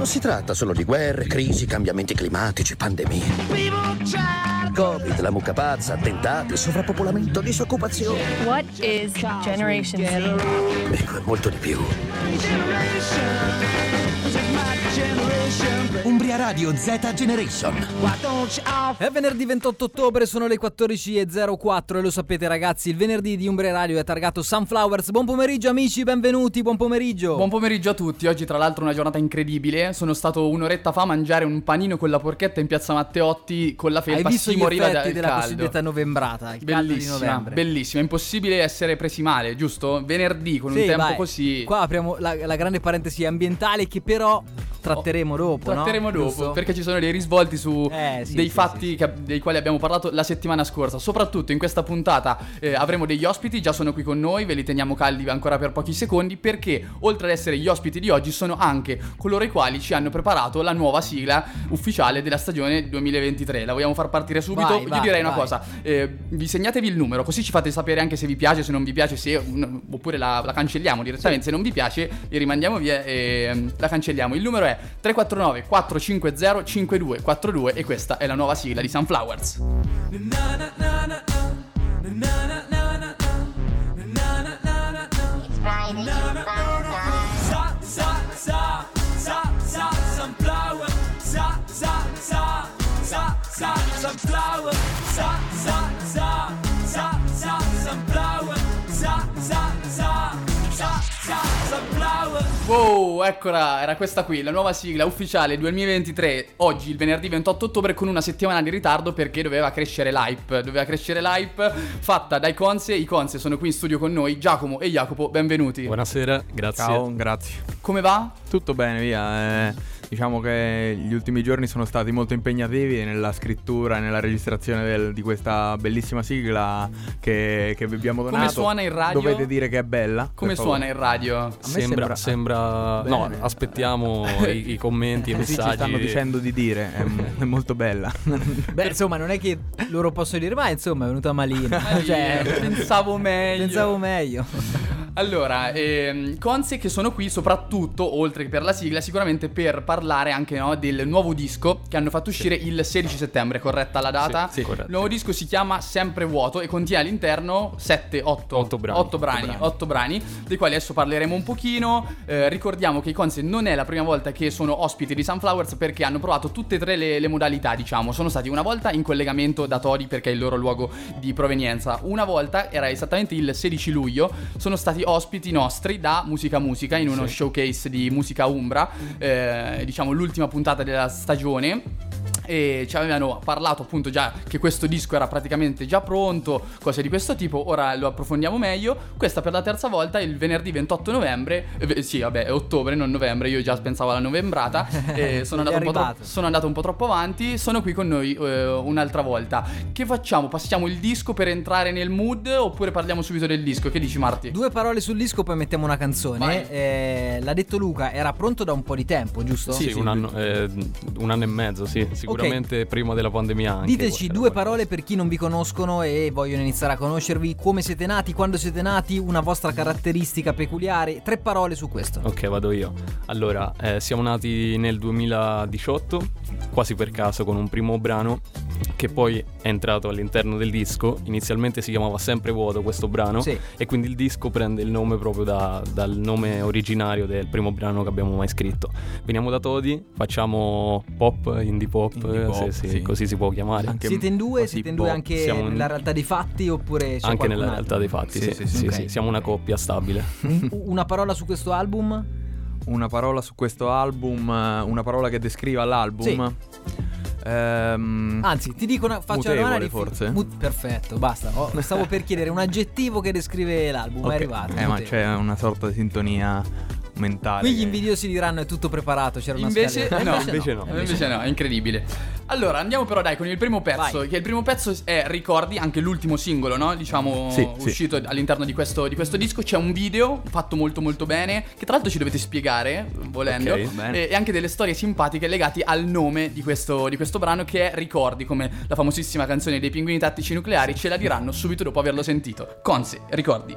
si tratta solo di guerre, crisi, cambiamenti climatici, pandemie. Covid, la mucca pazza, attentati, sovrappopolamento, disoccupazione. What is Generation Z? Ecco, è molto di più. Umbria Radio Z Generation. È venerdì 28 ottobre, sono le 14.04 e lo sapete ragazzi, il venerdì di Umbria Radio è targato Sunflowers. Buon pomeriggio amici, benvenuti, buon pomeriggio. Buon pomeriggio a tutti, oggi tra l'altro una giornata incredibile. Sono stato un'oretta fa a mangiare un panino con la porchetta in piazza Matteotti con la felpa. Hai visto si gli moriva effetti dal della caldo. cosiddetta novembrata, il caldo di novembre. Bellissima, è impossibile essere presi male, giusto? Venerdì con un tempo vai. così. Qua apriamo la grande parentesi ambientale che però tratteremo dopo, Tratteremo no? dopo, Giusto? perché ci sono dei risvolti su dei fatti dei quali abbiamo parlato la settimana scorsa. Soprattutto in questa puntata avremo degli ospiti, già sono qui con noi, ve li teniamo caldi ancora per pochi secondi, perché oltre ad essere gli ospiti di oggi sono anche coloro i quali ci hanno preparato la nuova sigla ufficiale della stagione 2023. La vogliamo far partire subito? Io direi una cosa, vi segnatevi il numero, così ci fate sapere anche se vi piace, se non vi piace, oppure la cancelliamo direttamente. Se non vi piace li rimandiamo via e la cancelliamo. Il numero è 349 450 5242 e questa è la nuova sigla di Sunflowers. Wow, eccola, era questa qui, la nuova sigla ufficiale 2023, oggi il venerdì 28 ottobre con una settimana di ritardo perché doveva crescere l'hype fatta dai Conce. I Conce sono qui in studio con noi, Giacomo e Jacopo, benvenuti. Buonasera, grazie. Ciao, grazie. Come va? Tutto bene, via. Diciamo che gli ultimi giorni sono stati molto impegnativi nella scrittura e nella registrazione di questa bellissima sigla che vi abbiamo donato. Come suona in radio? Dovete dire che è bella. Come suona in radio? Sembra no, aspettiamo i commenti, i Così messaggi. ci stanno dicendo di dire, è molto bella. Beh, insomma, non è che loro possono dire, ma insomma è venuta malina. Pensavo meglio. Allora, Conce che sono qui soprattutto, oltre che per la sigla, sicuramente per parlare anche del nuovo disco che hanno fatto uscire il 16 settembre, corretta la data? Sì, corretto. Il nuovo disco si chiama Sempre Vuoto e contiene all'interno 8 brani, dei quali adesso parleremo un pochino. Ricordiamo che i Conce non è la prima volta che sono ospiti di Sunflowers, perché hanno provato tutte e tre le modalità, diciamo. Sono stati una volta in collegamento da Todi, perché è il loro luogo di provenienza. Una volta, era esattamente il 16 luglio, sono stati ospiti nostri da Musica in uno showcase di musica umbra, diciamo l'ultima puntata della stagione. E ci avevano parlato appunto già che questo disco era praticamente già pronto, cose di questo tipo. Ora lo approfondiamo meglio. Questa per la terza volta il venerdì 28 novembre. Sì, vabbè, è ottobre, non novembre. Io già pensavo alla novembrata. Sono andato un po' troppo avanti. Sono qui con noi un'altra volta. Che facciamo? Passiamo il disco per entrare nel mood oppure parliamo subito del disco? Che dici, Marti? Due parole sul disco, poi mettiamo una canzone. L'ha detto Luca, era pronto da un po' di tempo, giusto? Sì, un anno e mezzo, sì. Sicuramente prima della pandemia anche. Diteci due parole per chi non vi conoscono e vogliono iniziare a conoscervi. Come siete nati, quando siete nati, una vostra caratteristica peculiare. 3 parole su questo. Ok, vado io. Allora, siamo nati nel 2018, quasi per caso, con un primo brano che poi è entrato all'interno del disco. Inizialmente si chiamava Sempre Vuoto questo brano, e quindi il disco prende il nome proprio dal nome originario del primo brano che abbiamo mai scritto. Veniamo da Todi, facciamo pop, indie pop, sì, così si può chiamare. Siete in due? Siete in due anche nella realtà dei fatti oppure c'è anche nella altro? realtà dei fatti, sì, siamo una coppia stabile. Una parola su questo album? Una parola su questo album, una parola che descriva l'album. Anzi, ti dico faccio una domanda forse. Perfetto, basta. Stavo per chiedere un aggettivo che descrive l'album, è arrivato. Ma c'è una sorta di sintonia mentale. Qui gli invidiosi diranno è tutto preparato, c'era una invece scaletta. Invece no, è incredibile. Allora andiamo però dai con il primo pezzo. Vai. Che il primo pezzo è Ricordi, anche l'ultimo singolo, no? Diciamo uscito all'interno di questo disco. C'è un video fatto molto molto bene, che tra l'altro ci dovete spiegare volendo, e anche delle storie simpatiche legate al nome di questo brano, che è Ricordi, come la famosissima canzone dei Pinguini Tattici Nucleari. Ce la diranno subito dopo averlo sentito. Conce, Ricordi.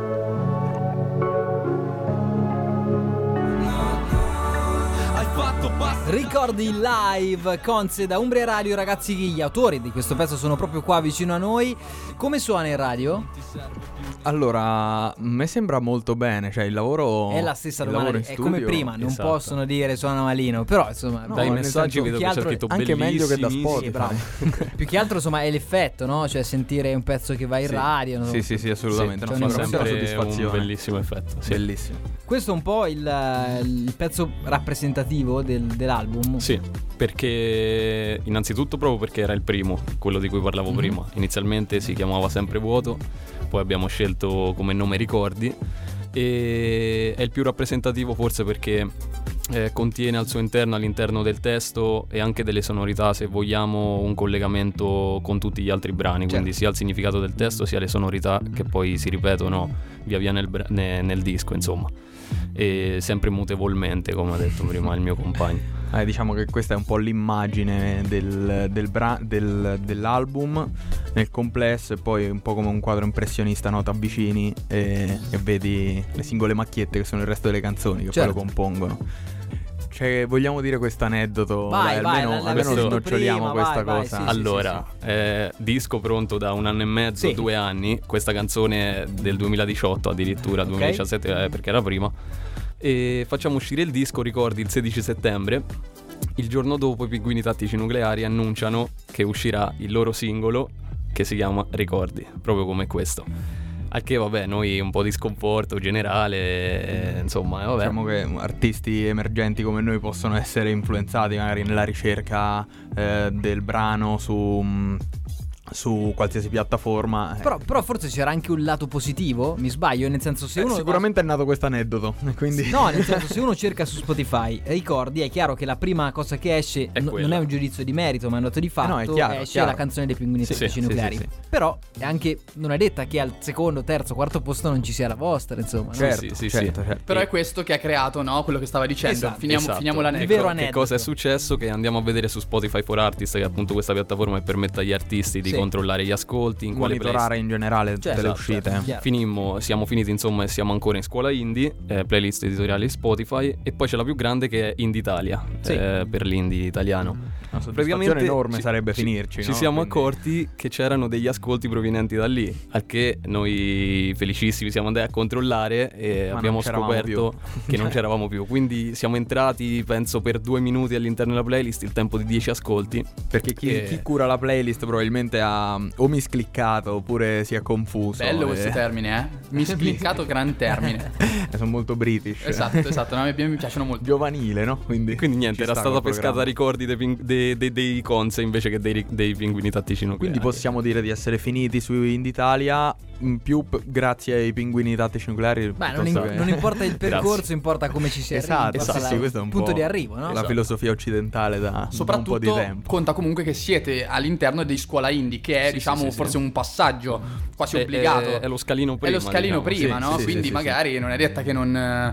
Hai fatto Ricordi live, Conce da Umbria Radio. Ragazzi, gli autori di questo pezzo sono proprio qua vicino a noi. Come suona in radio? Allora, a me sembra molto bene, cioè il lavoro è la stessa il domanda, lavoro in è studio, come prima, non esatto. possono dire suona malino, però insomma, dai messaggi vedo che c'è scritto anche meglio che da bellissimissimo. Spotify. bravo. Più che altro insomma è l'effetto, no? Cioè sentire un pezzo che va in radio, no? Sì, assolutamente, Sì, no, c'è fa sempre una Sempre soddisfazione. un bellissimo effetto, sì. Bellissimo. Questo è un po' il pezzo rappresentativo dell'album. Sì, perché innanzitutto proprio perché era il primo, quello di cui parlavo prima. Inizialmente si chiamava Sempre Vuoto, poi abbiamo scelto come nome Ricordi, e è il più rappresentativo forse perché contiene al suo interno, all'interno del testo e anche delle sonorità, se vogliamo, un collegamento con tutti gli altri brani, quindi sia il significato del testo sia le sonorità che poi si ripetono via via nel disco, insomma, e sempre mutevolmente, come ha detto prima il mio compagno. Diciamo che questa è un po' l'immagine dell'album nel complesso, e poi un po' come un quadro impressionista, no? Ti avvicini e vedi le singole macchiette che sono il resto delle canzoni che poi lo compongono. Cioè, vogliamo dire questo aneddoto? Vai, almeno snoccioliamo questa cosa. Sì, allora, disco pronto da 1 anno e mezzo, 2 anni. Questa canzone è del 2018, addirittura 2017, perché era prima. E facciamo uscire il disco, ricordi, il 16 settembre. Il giorno dopo i Pinguini Tattici Nucleari annunciano che uscirà il loro singolo che si chiama Ricordi, proprio come questo. Al che vabbè, noi un po' di sconforto generale, insomma, vabbè. Diciamo che artisti emergenti come noi possono essere influenzati magari nella ricerca del brano su qualsiasi piattaforma. Però forse c'era anche un lato positivo, mi sbaglio? Nel senso, se uno sicuramente è nato questo aneddoto, quindi no, nel senso, se uno cerca su Spotify Ricordi, è chiaro che la prima cosa che esce non è un giudizio di merito, ma è un dato di fatto. No, è chiaro, esce la canzone dei Pinguini Tattici Nucleari. Sì. Però è anche, non è detta che al secondo, terzo, quarto posto non ci sia la vostra, insomma, no? Certo. Però è questo che ha creato, no? Quello che stava dicendo. Esatto. Finiamo l'aneddoto. Il vero Che aneddoto. cosa è successo? Che andiamo a vedere su Spotify for Artists, che è appunto questa piattaforma che permette agli artisti di controllare gli ascolti, in quale monitorare in generale tutte le uscite. Siamo finiti, insomma, e siamo ancora in Scuola Indie, playlist editoriali Spotify, e poi c'è la più grande che è Indie Italia, per l'indie italiano. Una soddisfazione enorme sarebbe finirci. Ci siamo accorti che c'erano degli ascolti provenienti da lì, al che noi felicissimi siamo andati a controllare e abbiamo scoperto che non c'eravamo più. Quindi siamo entrati, penso, per 2 minuti all'interno della playlist, il tempo di 10 ascolti. Perché chi cura la playlist probabilmente ha o miscliccato oppure si è confuso. Bello questo termine, miscliccato, gran termine. Sono molto british. Esatto, no, mi piacciono molto. Giovanile, no? Quindi niente, era stata pescata Ricordi dei Conce invece che dei Pinguini Tattici Nucleari. Quindi possiamo dire di essere finiti su Indie Italia più grazie ai Pinguini Tattici Nucleari. Beh, non importa il percorso, importa come ci si arriva. Esatto, questo è un punto po' di arrivo, no? La filosofia occidentale da un po' di tempo. Conta comunque che siete all'interno di Scuola Indie, che è forse un passaggio quasi obbligato. È lo scalino prima. È lo scalino prima, no? Quindi magari non è detta che non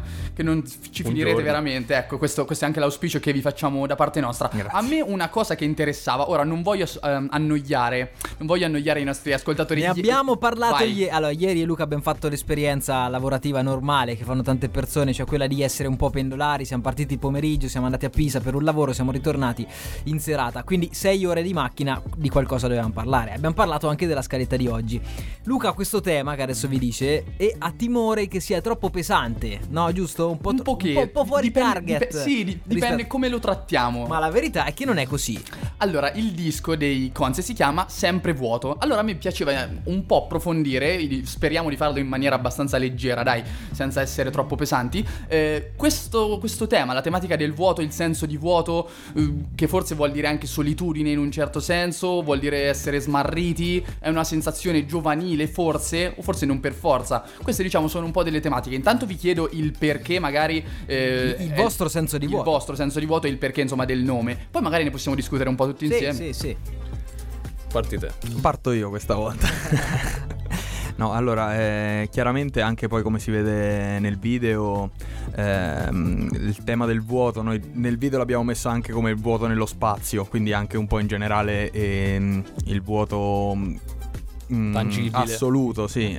ci finirete veramente. Ecco, questo è anche l'auspicio che vi facciamo da parte nostra. Grazie. A me una cosa che interessava, ora non voglio annoiare i nostri ascoltatori. Ne abbiamo parlato ieri. Allora, ieri Luca abbiamo fatto l'esperienza lavorativa normale che fanno tante persone, cioè quella di essere un po' pendolari. Siamo partiti pomeriggio, siamo andati a Pisa per un lavoro, siamo ritornati in serata, quindi 6 ore di macchina, di qualcosa dovevamo parlare. Abbiamo parlato anche della scaletta di oggi. Luca ha questo tema che adesso vi dice e ha timore che sia troppo pesante, no? Giusto? Un po' fuori target. Dipende come lo trattiamo. Ma la verità è che non è così. Allora, il disco dei Conce si chiama Sempre Vuoto. Allora a me piaceva un po' approfondire, speriamo di farlo in maniera abbastanza leggera, dai, senza essere troppo pesanti, questo tema, la tematica del vuoto, il senso di vuoto, che forse vuol dire anche solitudine in un certo senso, vuol dire essere smarriti, è una sensazione giovanile forse, o forse non per forza. Queste, diciamo, sono un po' delle tematiche. Intanto vi chiedo il perché, magari il vostro senso di vuoto. Il vostro senso di vuoto e il perché, insomma, del nome. Poi magari ne possiamo discutere un po' tutti insieme. Sì. Parti te. Parto io questa volta. No, allora, chiaramente anche poi come si vede nel video, il tema del vuoto, noi nel video l'abbiamo messo anche come il vuoto nello spazio, quindi anche un po' in generale il vuoto tangibile, assoluto, sì,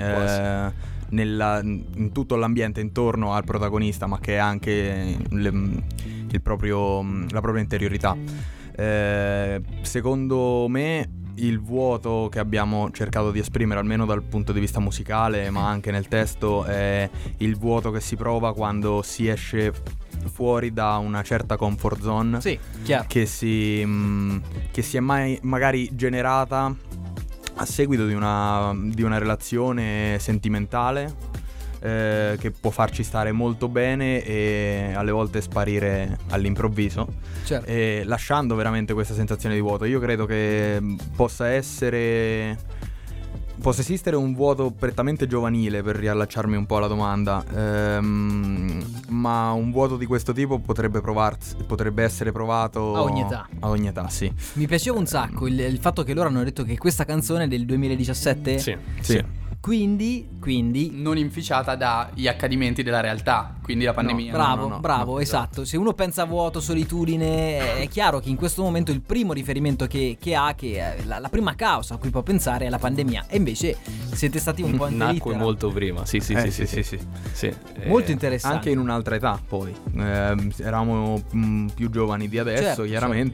in tutto l'ambiente intorno al protagonista, ma che è anche la propria interiorità. Secondo me il vuoto che abbiamo cercato di esprimere, almeno dal punto di vista musicale ma anche nel testo, è il vuoto che si prova quando si esce fuori da una certa comfort zone, sì, chiaro, che si è magari generata a seguito di una relazione sentimentale, che può farci stare molto bene e alle volte sparire all'improvviso, certo, lasciando veramente questa sensazione di vuoto. Io credo che possa esistere un vuoto prettamente giovanile, per riallacciarmi un po' alla domanda, ma un vuoto di questo tipo potrebbe essere provato a ogni età, sì. Mi piaceva un sacco il fatto che loro hanno detto che questa canzone è del 2017. Sì. Quindi non inficiata dagli accadimenti della realtà, quindi la pandemia. Bravo, esatto. Se uno pensa a vuoto, solitudine, è chiaro che in questo momento il primo riferimento che ha, che è la prima causa a cui può pensare, è la pandemia. E invece siete stati un po' nacque molto prima. Sì. Molto interessante. Anche in un'altra età, poi eravamo più giovani di adesso, certo,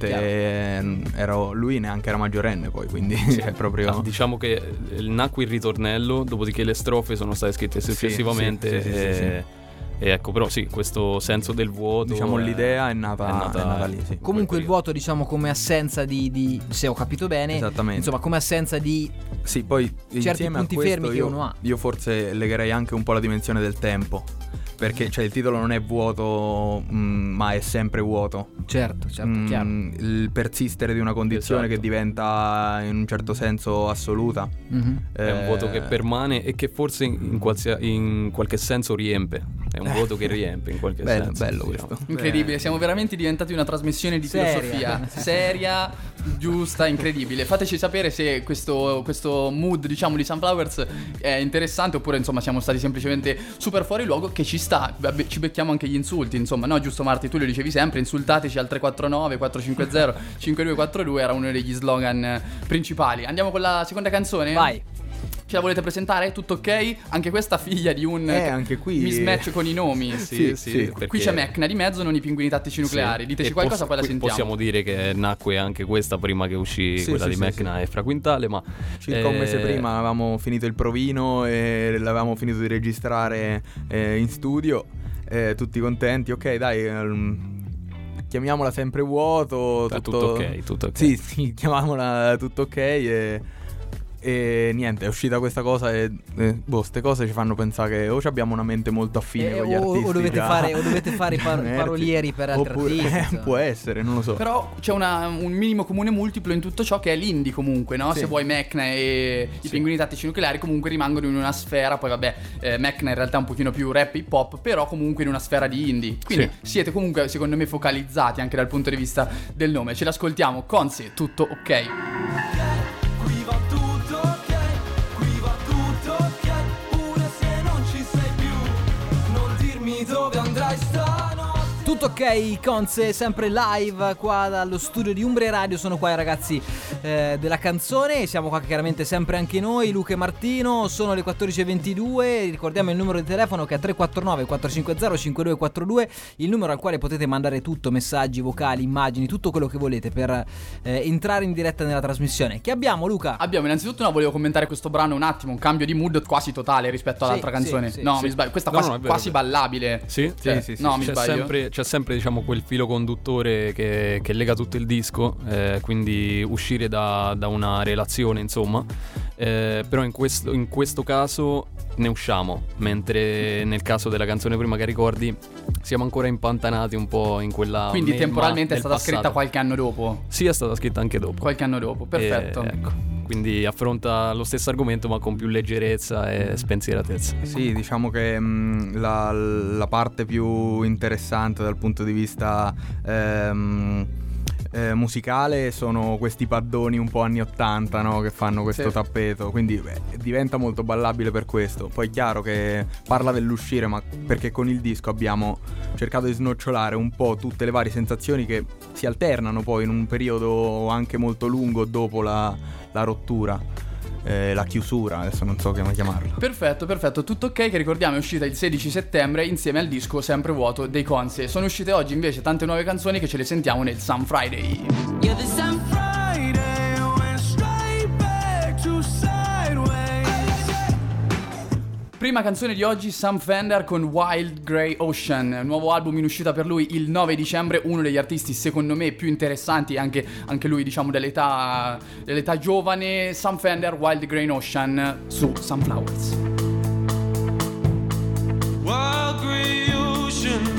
chiaramente. Lui neanche era maggiorenne poi, quindi è proprio... Diciamo che nacque il ritornello, dopodiché le strofe sono state scritte successivamente. Sì. E ecco, però sì, questo senso del vuoto, diciamo, l'idea è nata lì, sì. Comunque il vuoto, diciamo, come assenza di se ho capito bene, esattamente, insomma, come assenza di sì, poi certi insieme punti a questo fermi che uno ha. Io forse legherei anche un po' la dimensione del tempo, perché cioè il titolo non è vuoto, ma è sempre vuoto. Certo, chiaro. Il persistere di una condizione, esatto, che diventa in un certo senso assoluta. È un vuoto che permane e che forse in qualche senso riempie. È un vuoto che riempie in qualche senso. Bello questo. Incredibile, siamo veramente diventati una trasmissione di filosofia seria, giusta, incredibile. Fateci sapere se questo mood, diciamo, di Sunflowers è interessante, oppure insomma siamo stati semplicemente super fuori luogo, che ci sta. Ci becchiamo anche gli insulti, insomma, no, giusto Marti? Tu lo dicevi sempre, insultateci al 349 450 5242, era uno degli slogan principali. Andiamo con la seconda canzone? Vai. Ce la volete presentare? Tutto ok? Anche questa figlia di un anche qui mismatch con i nomi. Sì. Qui c'è Mecna di mezzo, non i pinguini tattici nucleari. Diteci qualcosa, poi la sentiamo. Possiamo dire che nacque anche questa prima che uscì quella di Mecna e Fra Quintale, ma circa un mese prima avevamo finito il provino e l'avevamo finito di registrare in studio, tutti contenti. Ok, dai, chiamiamola sempre vuoto. Tutto ok. Sì, chiamiamola tutto ok e niente, è uscita questa cosa e ste cose ci fanno pensare che o abbiamo una mente molto affine con gli artisti, o dovete fare parolieri per altri artisti. Può essere, non lo so. Però c'è un minimo comune multiplo in tutto ciò, che è l'indie comunque, no? Se vuoi Mecna e i pinguini tattici nucleari comunque rimangono in una sfera. Poi vabbè, Mecna in realtà è un pochino più rap hip hop, però comunque in una sfera di indie. Quindi siete comunque, secondo me, focalizzati anche dal punto di vista del nome. Ce l'ascoltiamo, Consi, tutto ok. Dove andrai stanotte? Tutto ok, Conze, sempre live qua dallo studio di Umbria Radio. Sono qua i ragazzi della canzone. Siamo qua chiaramente sempre anche noi, Luca e Martino. Sono le 14.22. Ricordiamo il numero di telefono che è 349 450 5242, il numero al quale potete mandare tutto, messaggi vocali, immagini, tutto quello che volete per entrare in diretta nella trasmissione. Che abbiamo, Luca? Abbiamo innanzitutto, volevo commentare questo brano un attimo, un cambio di mood quasi totale rispetto all'altra canzone. Mi sbaglio, questa quasi ballabile. Sì. No, mi sbaglio. C'è sempre, diciamo, quel filo conduttore che lega tutto il disco, quindi uscire da una relazione, insomma, però in questo caso ne usciamo, mentre nel caso della canzone prima che ricordi siamo ancora impantanati un po' in quella. Quindi temporalmente è stata passato. scritta qualche anno dopo? Sì, è stata scritta anche dopo. Qualche anno dopo, perfetto. Ecco. Quindi affronta lo stesso argomento ma con più leggerezza e spensieratezza. Sì, diciamo che la parte più interessante dal punto di vista musicale sono questi paddoni un po' anni 80, no? Che fanno questo tappeto, quindi diventa molto ballabile per questo. Poi è chiaro che parla dell'uscire, ma perché con il disco abbiamo cercato di snocciolare un po' tutte le varie sensazioni che si alternano poi in un periodo anche molto lungo dopo la rottura. la chiusura, adesso non so come chiamarla. Perfetto, tutto ok, che ricordiamo è uscita il 16 settembre insieme al disco Sempre Vuoto dei Conce. Sono uscite oggi invece tante nuove canzoni che ce le sentiamo nel Sun Friday. Yeah, the Sun Friday went straight back to sideways. Prima canzone di oggi, Sam Fender con Wild Grey Ocean, nuovo album in uscita per lui il 9 dicembre, uno degli artisti secondo me più interessanti, anche lui diciamo dell'età giovane. Sam Fender, Wild Grey Ocean su Sunflowers. Wild Grey Ocean.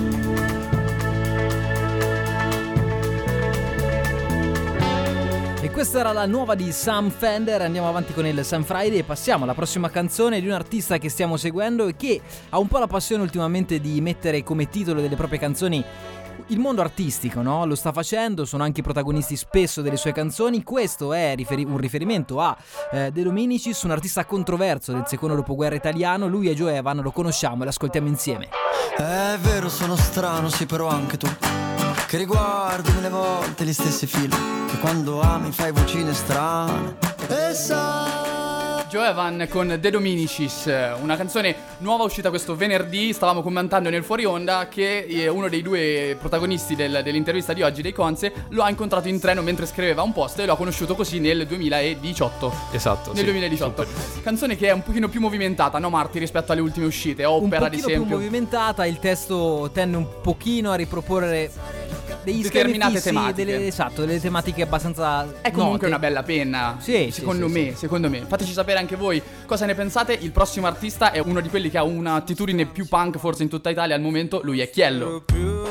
E questa era la nuova di Sam Fender. Andiamo avanti con il Sun Friday e passiamo alla prossima canzone di un artista che stiamo seguendo e che ha un po' la passione ultimamente di mettere come titolo delle proprie canzoni il mondo artistico, no? Lo sta facendo, sono anche i protagonisti spesso delle sue canzoni. Questo è un riferimento a De Dominicis, un artista controverso del secondo dopoguerra italiano. Lui e Joe Evan, lo conosciamo e l'ascoltiamo insieme. È vero, sono strano, sì, però anche tu, che riguardi mille volte gli stessi film, che quando ami fai vocine strane e sai. Joe Evan con De Dominicis, una canzone nuova uscita questo venerdì. Stavamo commentando nel fuori onda che uno dei due protagonisti dell'intervista di oggi dei Conce lo ha incontrato in treno mentre scriveva un post e lo ha conosciuto così nel 2018. Esatto, nel 2018. Canzone che è un pochino più movimentata, no Marti, rispetto alle ultime uscite. Opera, ad esempio, un pochino più movimentata, il testo tende un pochino a riproporre degli determinate fissi, tematiche. delle tematiche abbastanza è comunque note. Una bella penna. Secondo me. Fateci sapere anche voi cosa ne pensate. Il prossimo artista è uno di quelli che ha un'attitudine più punk forse in tutta Italia al momento. Lui è Chiello.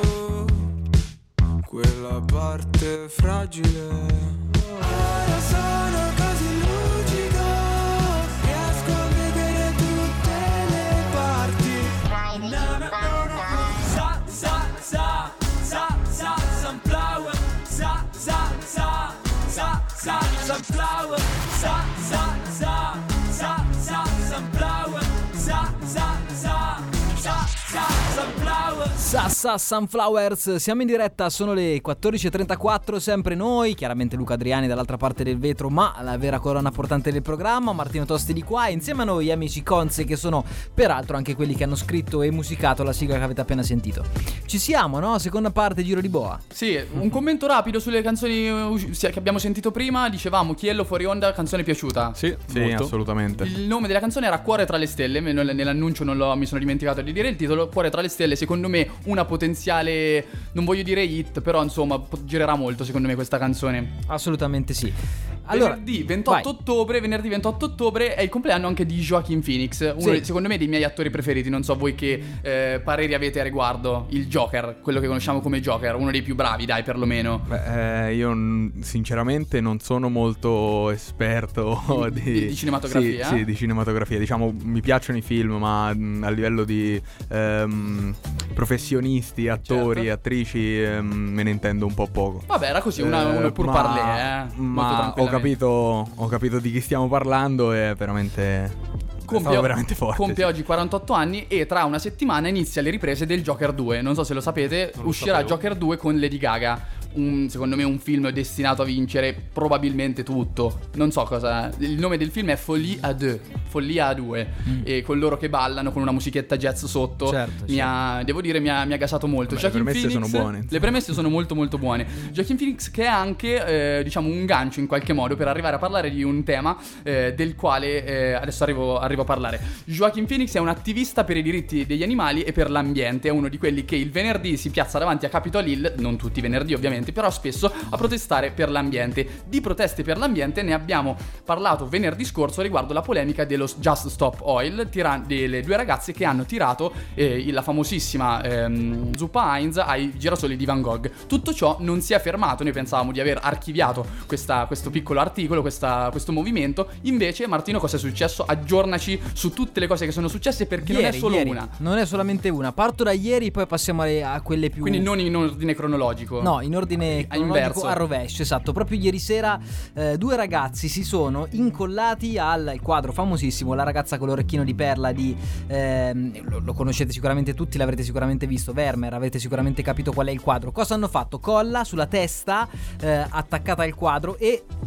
Quella parte fragile. Ora sono così lucido, riesco a vedere tutte le parti. Sunflower, sunflower, Sunflowers, siamo in diretta, sono le 14.34, sempre noi, chiaramente Luca Adriani dall'altra parte del vetro, ma la vera colonna portante del programma, Martino Tosti di qua, e insieme a noi amici Conce, che sono peraltro anche quelli che hanno scritto e musicato la sigla che avete appena sentito. Ci siamo, no? Seconda parte, Giro di Boa. Sì, un commento rapido sulle canzoni che abbiamo sentito prima. Dicevamo Chiello fuori onda, canzone piaciuta? Sì, assolutamente. Il nome della canzone era Cuore tra le stelle. Nell'annuncio mi sono dimenticato di dire il titolo. Cuore tra le stelle, secondo me una potenziale, non voglio dire hit, però insomma girerà molto secondo me questa canzone. Assolutamente sì. Allora, venerdì 28 ottobre è il compleanno anche di Joaquin Phoenix, uno secondo me dei miei attori preferiti. Non so voi che pareri avete a riguardo. Il Joker, quello che conosciamo come Joker, uno dei più bravi, dai, perlomeno. Io sinceramente non sono molto esperto di cinematografia. Sì, di cinematografia. Diciamo, mi piacciono i film, ma a livello di professionisti, attori, certo, attrici, me ne intendo un po' poco. Vabbè, era così, una pur parlé, ma ho capito di chi stiamo parlando e veramente veramente forte. Compie oggi 48 anni e tra una settimana inizia le riprese del Joker 2. Non so se lo sapete, uscirà Joker 2 con Lady Gaga. Secondo me un film destinato a vincere probabilmente tutto. Non so cosa. Il nome del film è Folie à deux, Follia a due, e con loro che ballano con una musichetta jazz sotto. Certo. Devo dire mi ha gasato molto. Le premesse sono buone. Le premesse sono molto molto buone. Joaquin Phoenix, che è anche diciamo un gancio in qualche modo per arrivare a parlare di un tema del quale adesso arrivo a parlare. Joaquin Phoenix è un attivista per i diritti degli animali e per l'ambiente. È uno di quelli che il venerdì si piazza davanti a Capitol Hill, non tutti i venerdì ovviamente, però spesso, a protestare per l'ambiente. Di proteste per l'ambiente ne abbiamo parlato venerdì scorso riguardo la polemica dello Just Stop Oil, delle due ragazze che hanno tirato la famosissima zuppa Heinz ai girasoli di Van Gogh. Tutto ciò non si è fermato. Noi pensavamo di aver archiviato questo piccolo articolo, questo movimento. Invece, Martino, cosa è successo? Aggiornaci su tutte le cose che sono successe, perché non è solo una. Non è solamente una. Parto da ieri, poi passiamo a quelle più. Quindi non in ordine cronologico. No, in ordine cronologico a rovescio, esatto. Proprio ieri sera due ragazzi si sono incollati al quadro famosissimo La ragazza con l'orecchino di perla di lo conoscete sicuramente tutti, l'avrete sicuramente visto, Vermeer, avete sicuramente capito qual è il quadro. Cosa hanno fatto? Colla sulla testa attaccata al quadro e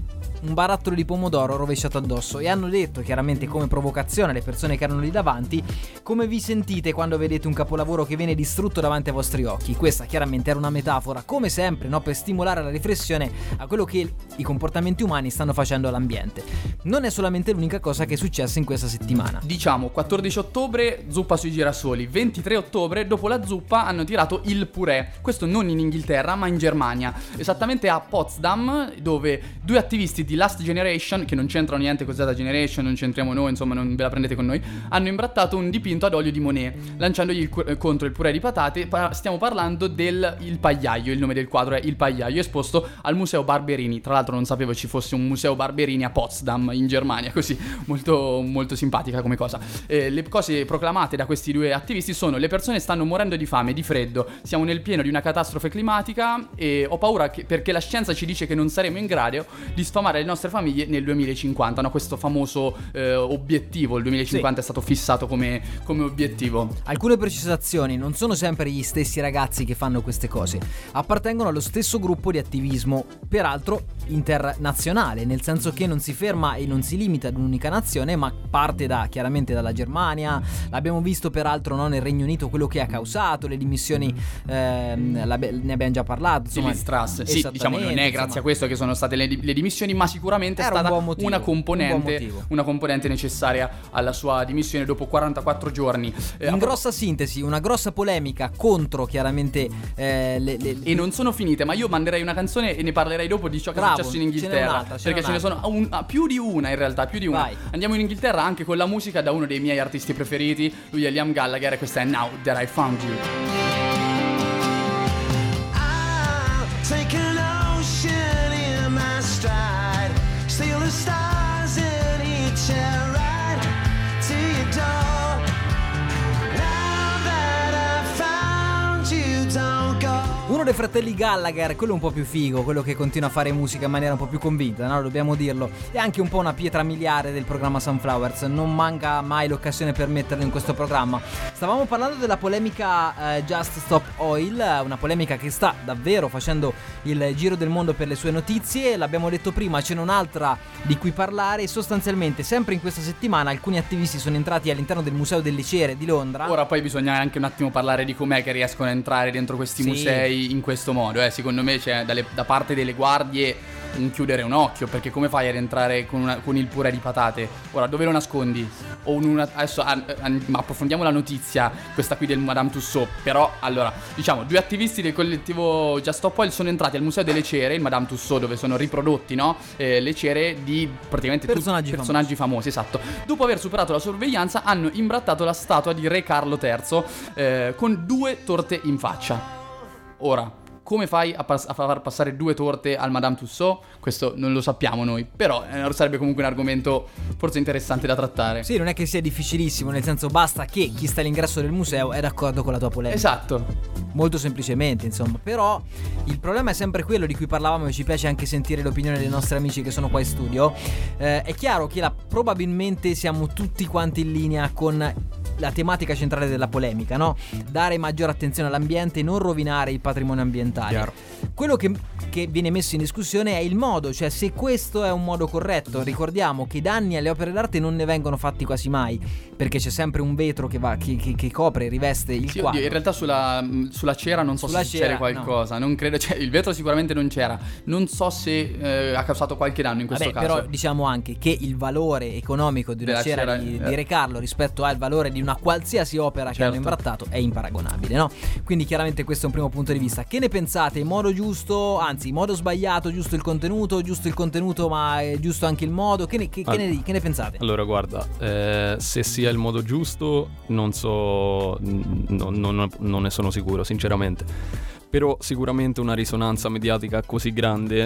un barattolo di pomodoro rovesciato addosso e hanno detto chiaramente come provocazione alle persone che erano lì davanti: come vi sentite quando vedete un capolavoro che viene distrutto davanti ai vostri occhi? Questa chiaramente era una metafora, come sempre, no, per stimolare la riflessione a quello che i comportamenti umani stanno facendo all'ambiente. Non è solamente l'unica cosa che è successa in questa settimana. Diciamo 14 ottobre zuppa sui girasoli, 23 ottobre dopo la zuppa hanno tirato il purè, questo non in Inghilterra ma in Germania, esattamente a Potsdam, dove due attivisti di Last Generation, che non c'entrano niente con Zeta Generation, non c'entriamo noi, insomma non ve la prendete con noi, hanno imbrattato un dipinto ad olio di Monet lanciandogli contro il purè di patate. Stiamo parlando del Il Pagliaio, il nome del quadro è Il Pagliaio, esposto al Museo Barberini. Tra l'altro non sapevo ci fosse un Museo Barberini a Potsdam in Germania, così molto, molto simpatica come cosa. Le cose proclamate da questi due attivisti sono: le persone stanno morendo di fame, di freddo, siamo nel pieno di una catastrofe climatica e ho paura perché la scienza ci dice che non saremo in grado di sfamare le nostre famiglie nel 2050, no? Questo famoso obiettivo, il 2050 è stato fissato come obiettivo. Alcune precisazioni: non sono sempre gli stessi ragazzi che fanno queste cose, appartengono allo stesso gruppo di attivismo, peraltro internazionale, nel senso che non si ferma e non si limita ad un'unica nazione, ma parte chiaramente dalla Germania. L'abbiamo visto peraltro, no, nel Regno Unito, quello che ha causato le dimissioni, ne abbiamo già parlato, insomma, Liz Truss. Sì, diciamo non è grazie a questo che sono state le dimissioni, ma sicuramente è stata una componente necessaria alla sua dimissione dopo 44 giorni. In grossa sintesi, una grossa polemica contro chiaramente e non sono finite, ma io manderei una canzone e ne parlerei dopo di ciò che è successo in Inghilterra, perché ce ne sono più di una in realtà, più di una. Vai. Andiamo in Inghilterra anche con la musica da uno dei miei artisti preferiti, lui è Liam Gallagher, e questa è Now That I Found You. Take an ocean in my stride, steal the stars in each air ride to your door. Now that I found you, don't go. Uno dei fratelli Gallagher, quello un po' più figo, quello che continua a fare musica in maniera un po' più convinta, no? Dobbiamo dirlo. È anche un po' una pietra miliare del programma Sunflowers, non manca mai l'occasione per metterlo in questo programma. Stavamo parlando della polemica Just Stop Oil, una polemica che sta davvero facendo il giro del mondo per le sue notizie. L'abbiamo detto prima, ce n'è un'altra di cui parlare. Sostanzialmente sempre in questa settimana alcuni attivisti sono entrati all'interno del Museo delle Cere di Londra. Ora poi bisogna anche un attimo parlare di com'è che riescono a entrare dentro questi musei in questo modo. Secondo me c'è da parte delle guardie un chiudere un occhio, perché come fai ad entrare con il purè di patate? Ora dove lo nascondi? Adesso ma approfondiamo la notizia, questa qui del Madame Tussauds. Però allora diciamo, due attivisti del collettivo Just Stop Oil sono entrati al Museo delle Cere, il Madame Tussauds, dove sono riprodotti, no, le cere di praticamente personaggi famosi, esatto. Dopo aver superato la sorveglianza hanno imbrattato la statua di Re Carlo III con 2 torte in faccia. Ora, come fai a far passare 2 torte al Madame Tussauds? Questo non lo sappiamo noi, però sarebbe comunque un argomento forse interessante da trattare. Sì, non è che sia difficilissimo, nel senso basta che chi sta all'ingresso del museo è d'accordo con la tua polemica. Esatto. Molto semplicemente, insomma. Però il problema è sempre quello di cui parlavamo, e ci piace anche sentire l'opinione dei nostri amici che sono qua in studio. È chiaro che probabilmente siamo tutti quanti in linea con la tematica centrale della polemica, no? Dare maggiore attenzione all'ambiente e non rovinare il patrimonio ambientale. Chiaro. Quello che viene messo in discussione è il modo, cioè se questo è un modo corretto. Ricordiamo che i danni alle opere d'arte non ne vengono fatti quasi mai, perché c'è sempre un vetro che copre e riveste il quadro. In realtà sulla cera non so se c'era qualcosa, no. Non credo, cioè, il vetro sicuramente non c'era. Non so se ha causato qualche danno in questo caso. Però diciamo anche che il valore economico di una cera di Re Carlo rispetto al valore di una qualsiasi opera che hanno imbrattato è imparagonabile, no? Quindi chiaramente questo è un primo punto di vista. Che ne pensate? In modo giusto, anzi in modo sbagliato, giusto il contenuto ma è giusto anche il modo? Che ne pensate? Allora guarda, se sia il modo giusto non so, non ne sono sicuro sinceramente. Però sicuramente una risonanza mediatica così grande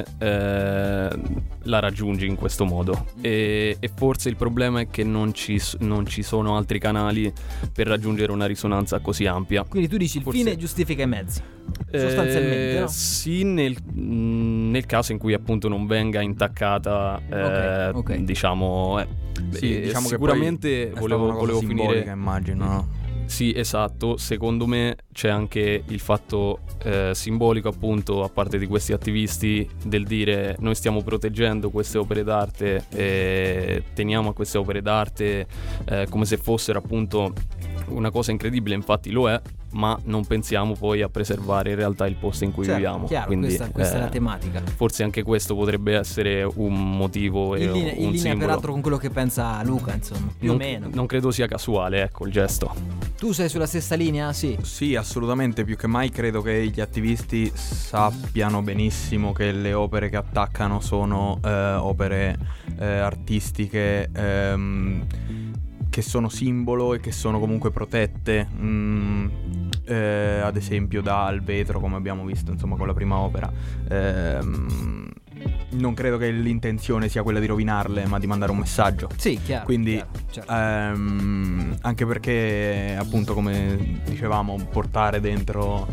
la raggiungi in questo modo, e forse il problema è che non ci sono altri canali per raggiungere una risonanza così ampia. Quindi tu dici il fine giustifica i mezzi, sostanzialmente, no? Sì, nel caso in cui appunto non venga intaccata okay. Diciamo sì, diciamo sicuramente che volevo finire, simbolica, immagino, no? Sì, esatto. Secondo me c'è anche il fatto simbolico, appunto, a parte di questi attivisti, del dire noi stiamo proteggendo queste opere d'arte e teniamo a queste opere d'arte come se fossero appunto una cosa incredibile, infatti lo è, ma non pensiamo poi a preservare in realtà il posto in cui viviamo. Chiaro, quindi questa è la tematica. Forse anche questo potrebbe essere un motivo e un linea simbolo. peraltro con quello che pensa Luca, insomma, più o meno. Non credo sia casuale, ecco, il gesto. Tu sei sulla stessa linea? Sì. Sì, assolutamente, più che mai credo che gli attivisti sappiano benissimo che le opere che attaccano sono opere artistiche che sono simbolo e che sono comunque protette, ad esempio dal vetro, come abbiamo visto insomma con la prima opera. Non credo che l'intenzione sia quella di rovinarle, ma di mandare un messaggio. Sì, chiaro. Quindi certo. Anche perché appunto, come dicevamo, portare dentro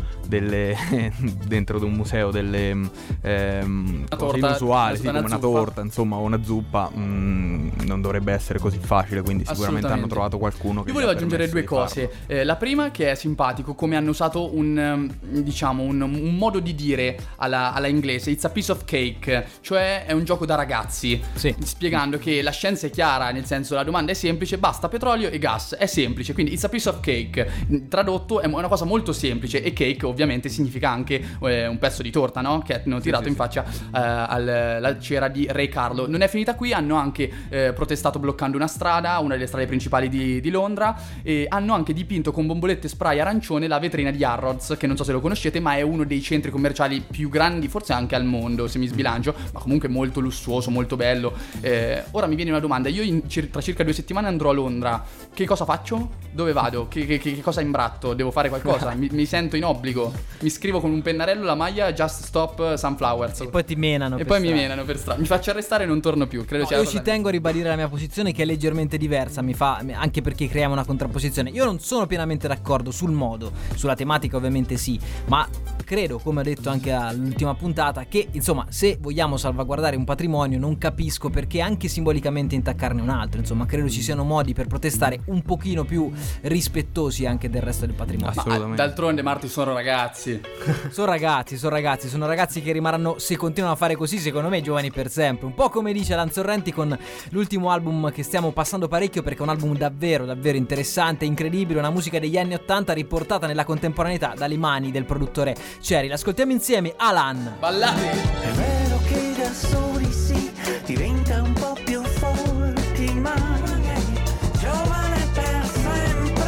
dentro di un museo delle cose inusuali, sì, come una torta, insomma, o una zuppa, non dovrebbe essere così facile, quindi sicuramente hanno trovato qualcuno che... Io volevo aggiungere due cose. La prima, che è simpatico come hanno usato un modo di dire alla inglese, it's a piece of cake, cioè è un gioco da ragazzi, sì, spiegando che la scienza è chiara, nel senso la domanda è semplice, basta petrolio e gas, è semplice, quindi it's a piece of cake, tradotto è una cosa molto semplice, e cake ovviamente significa anche un pezzo di torta, no? Che hanno tirato in faccia alla cera di Re Carlo. Non è finita qui, hanno anche protestato bloccando una strada, una delle strade principali di Londra, e hanno anche dipinto con bombolette spray arancione la vetrina di Harrods, che non so se lo conoscete, ma è uno dei centri commerciali più grandi, forse anche al mondo, se mi sbilancio, ma comunque molto lussuoso, molto bello. Ora mi viene una domanda, io tra circa 2 settimane andrò a Londra, che cosa faccio? Dove vado? Che cosa imbratto? Devo fare qualcosa? mi sento in obbligo? Mi scrivo con un pennarello la maglia Just Stop Sunflowers e poi ti menano e poi mi menano per strada, mi faccio arrestare e non torno più. Credo sia io ci tengo a ribadire la mia posizione, che è leggermente diversa, anche perché creiamo una contrapposizione. Io non sono pienamente d'accordo sul modo, sulla tematica ovviamente sì, ma credo, come ho detto anche all'ultima puntata, che insomma, se vogliamo salvaguardare un patrimonio, non capisco perché anche simbolicamente intaccarne un altro. Insomma, credo ci siano modi per protestare un pochino più rispettosi anche del resto del patrimonio. Assolutamente. D'altronde, Marti, sono ragazzi. Sono ragazzi che rimarranno, se continuano a fare così, secondo me, giovani per sempre. Un po' come dice Alan Sorrenti con l'ultimo album che stiamo passando parecchio, perché è un album davvero, davvero interessante, incredibile, una musica degli anni 80 riportata nella contemporaneità dalle mani del produttore Cherry. L'ascoltiamo insieme, Alan. Ballate! È vero che da soli si diventa un po' più forti, ma giovane per sempre.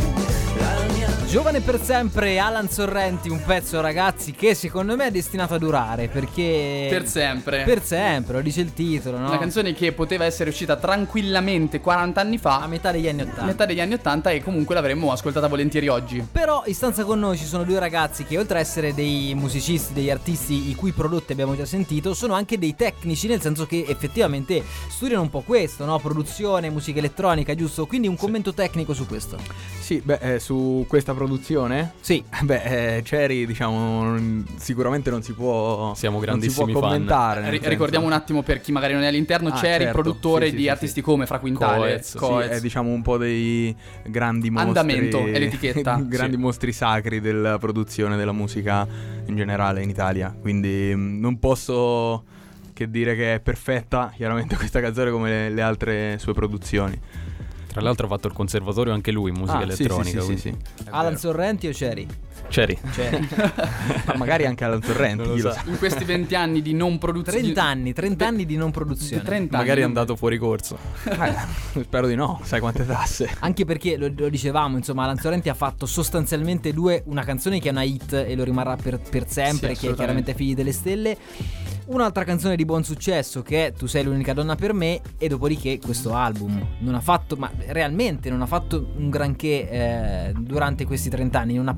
Giovane per sempre, Alan Sorrenti, un pezzo, ragazzi, che secondo me è destinato a durare, perché... Per sempre, lo dice il titolo, no? Una canzone che poteva essere uscita tranquillamente 40 anni fa, a metà degli anni 80, e comunque l'avremmo ascoltata volentieri oggi. Però in stanza con noi ci sono due ragazzi che, oltre a essere dei musicisti, degli artisti i cui prodotti abbiamo già sentito, sono anche dei tecnici, nel senso che effettivamente studiano un po' questo, no? Produzione, musica elettronica, giusto? Quindi un commento tecnico su questo. Sì, su questa produzione? Sì. Cherry, diciamo, sicuramente non si può... Siamo grandissimi non si può commentare. Ricordiamo un attimo, per chi magari non è all'interno, Cherry, certo, produttore sì, di artisti come Fra Quintale, Coez. È, diciamo, un po' dei grandi mostri... Andamento è l'etichetta. Grandi mostri sacri della produzione della musica in generale in Italia. Quindi non posso che dire che è perfetta, chiaramente, questa canzone, come le altre sue produzioni. Tra l'altro ha fatto il conservatorio anche lui in musica elettronica. Sì. Alan Sorrenti o Cherry? Cherry. Ma magari anche Alan Sorrenti, chi lo sa. In questi 20 anni di non produzione, 30 anni di non produzione, 30 magari anni. è andato fuori corso. Spero di no, sai quante tasse. Anche perché lo dicevamo, insomma, Alan Sorrenti ha fatto sostanzialmente una canzone che è una hit e lo rimarrà per sempre, che è chiaramente Figli delle Stelle, un'altra canzone di buon successo che è Tu sei l'unica donna per me, e dopodiché questo album non ha fatto, ma realmente non ha fatto un granché durante questi 30 anni, non ha pubblicato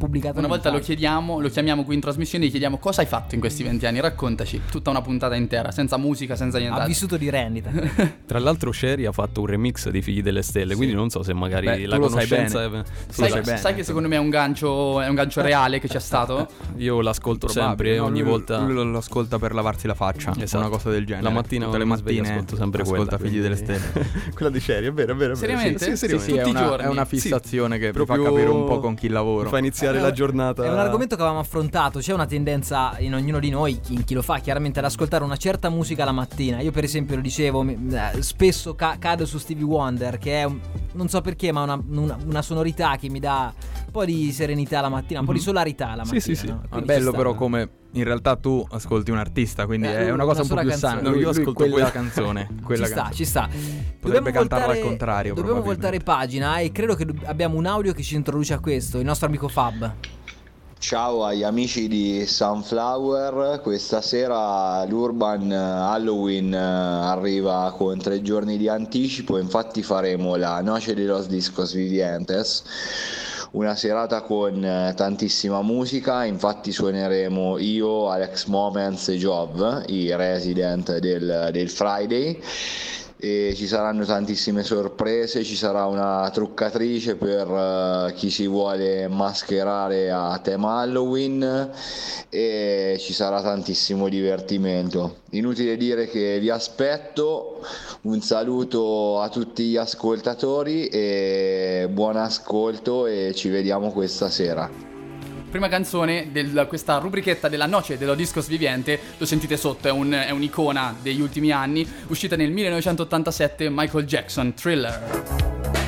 volta lo chiamiamo qui in trasmissione e gli chiediamo cosa hai fatto in questi 20 anni, raccontaci, tutta una puntata intera, senza musica, senza niente. Ha vissuto di rendita. Tra l'altro Sherry ha fatto un remix dei Figli delle Stelle, quindi non so se magari la conoscenza sai che secondo me è un gancio reale che c'è stato. Io l'ascolto sempre, ogni volta lui lo ascolta per lavarsi la faccia, una cosa del genere. La mattina tutte le mattine ascolto sempre ascolta quella, Figli delle Stelle. quella di Sherry, è vero. Seriamente? Sì, tutti i giorni. È una fissazione che proprio mi fa capire un po' con chi lavoro. Fa iniziare la giornata. È un argomento che avevamo affrontato. C'è una tendenza in ognuno di noi, in chi lo fa chiaramente, ad ascoltare una certa musica la mattina. Io per esempio lo dicevo, spesso cado su Stevie Wonder, che è non so perché, ma una sonorità che mi dà un po' di serenità la mattina, un po' di solarità la mattina. Sì. No? È bello però come in realtà tu ascolti un artista, quindi è una cosa un po' più sana. No, io ascolto quella canzone. Ci sta. Potrebbe cantarla al contrario. Dobbiamo voltare pagina e credo che abbiamo un audio che ci introduce a questo, il nostro amico Fab. Ciao agli amici di Sunflower, questa sera l'Urban Halloween arriva con 3 giorni di anticipo, infatti faremo la Noche de los Discos Vivientes, una serata con tantissima musica, infatti suoneremo io, Alex Moments e Job, i resident del Friday, e ci saranno tantissime sorprese, ci sarà una truccatrice per chi si vuole mascherare a tema Halloween e ci sarà tantissimo divertimento. Inutile dire che vi aspetto, un saluto a tutti gli ascoltatori e buon ascolto e ci vediamo questa sera. Prima canzone di questa rubrichetta della Noche dello Discos Viviente, lo sentite sotto, è un'icona degli ultimi anni, uscita nel 1987, Michael Jackson, Thriller.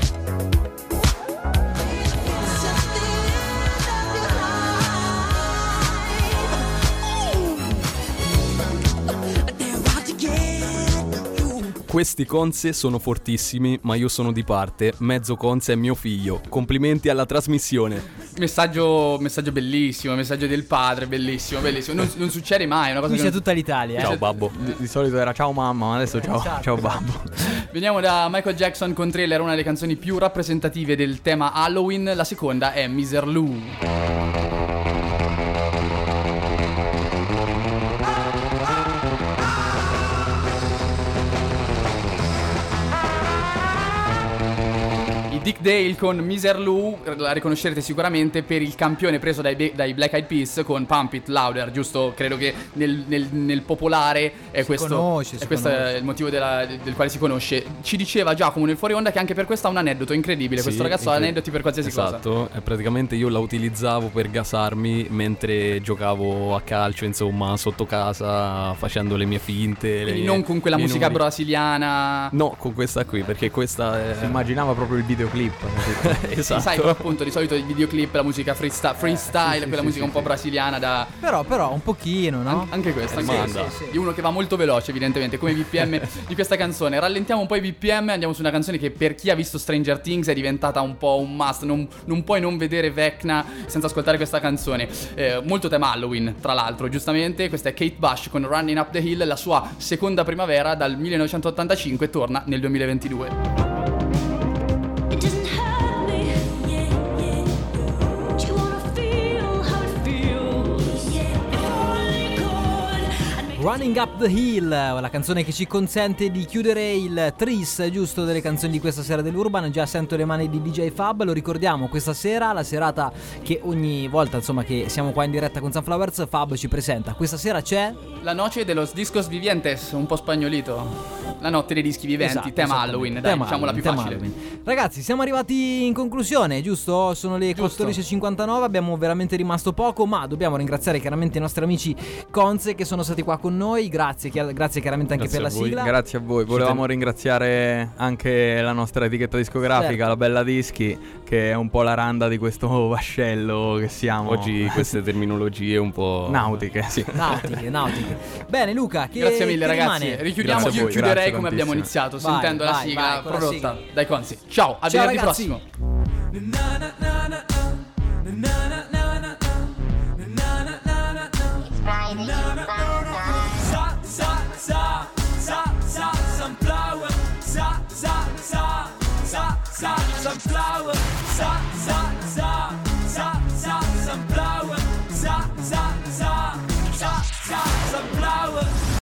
Questi Conze sono fortissimi, ma io sono di parte. Mezzo Conze è mio figlio. Complimenti alla trasmissione. Messaggio bellissimo, messaggio del padre, bellissimo. Non succede mai, è una cosa. Qui c'è tutta l'Italia. Ciao babbo. Di solito era ciao mamma, ma adesso ciao babbo. Veniamo da Michael Jackson con Thriller, una delle canzoni più rappresentative del tema Halloween. La seconda è Miser Lou. Dick Dale con Miser Lou, la riconoscerete sicuramente per il campione preso dai Black Eyed Peas con Pump It Louder, giusto? Credo che nel popolare è questo è il motivo del quale si conosce. Ci diceva Giacomo nel fuori onda che anche per questo ha un aneddoto incredibile. Sì, questo ragazzo ha aneddoti per qualsiasi cosa. Esatto, praticamente io la utilizzavo per gasarmi mentre giocavo a calcio, insomma, sotto casa, facendo le mie finte. Quindi non con quella musica brasiliana. No, con questa qui, perché questa è... Si immaginava proprio il videoclip. Esatto. Sai, appunto, di solito i videoclip, la musica freestyle, quella musica un po' brasiliana da... Però un pochino, no? Anche questa, di uno che va molto veloce, evidentemente, come i BPM di questa canzone. Rallentiamo un po' i BPM, andiamo su una canzone che per chi ha visto Stranger Things è diventata un po' un must. Non puoi non vedere Vecna senza ascoltare questa canzone. Molto tema Halloween, tra l'altro, giustamente. Questa è Kate Bush con Running Up the Hill, la sua seconda primavera dal 1985, torna nel 2022. Running Up the Hill, la canzone che ci consente di chiudere il tris giusto delle canzoni di questa sera dell'Urban. Già sento le mani di DJ Fab, lo ricordiamo, questa sera, la serata che ogni volta, insomma, che siamo qua in diretta con Sunflowers, Fab ci presenta. Questa sera c'è La Noche de los Discos Vivientes, un po' spagnolito. La notte dei dischi viventi, esatto, tema Halloween, dai, diciamola più facile. Ragazzi, siamo arrivati in conclusione, giusto? Sono le 14.59, abbiamo veramente rimasto poco, ma dobbiamo ringraziare chiaramente i nostri amici Conze che sono stati qua con noi. Grazie chiaramente anche per la sigla. Grazie a voi. Volevamo ringraziare anche la nostra etichetta discografica, certo, la Bella Dischi, che è un po' la randa di questo vascello che siamo. Oggi queste terminologie un po' nautiche. Sì. Nautiche. Bene Luca, grazie mille ragazzi. Rimane? Richiudiamo, io chiuderei come abbiamo iniziato, sentendo la sigla prodotta dai Conzi. Ciao, a venerdì prossimo. Sunflower,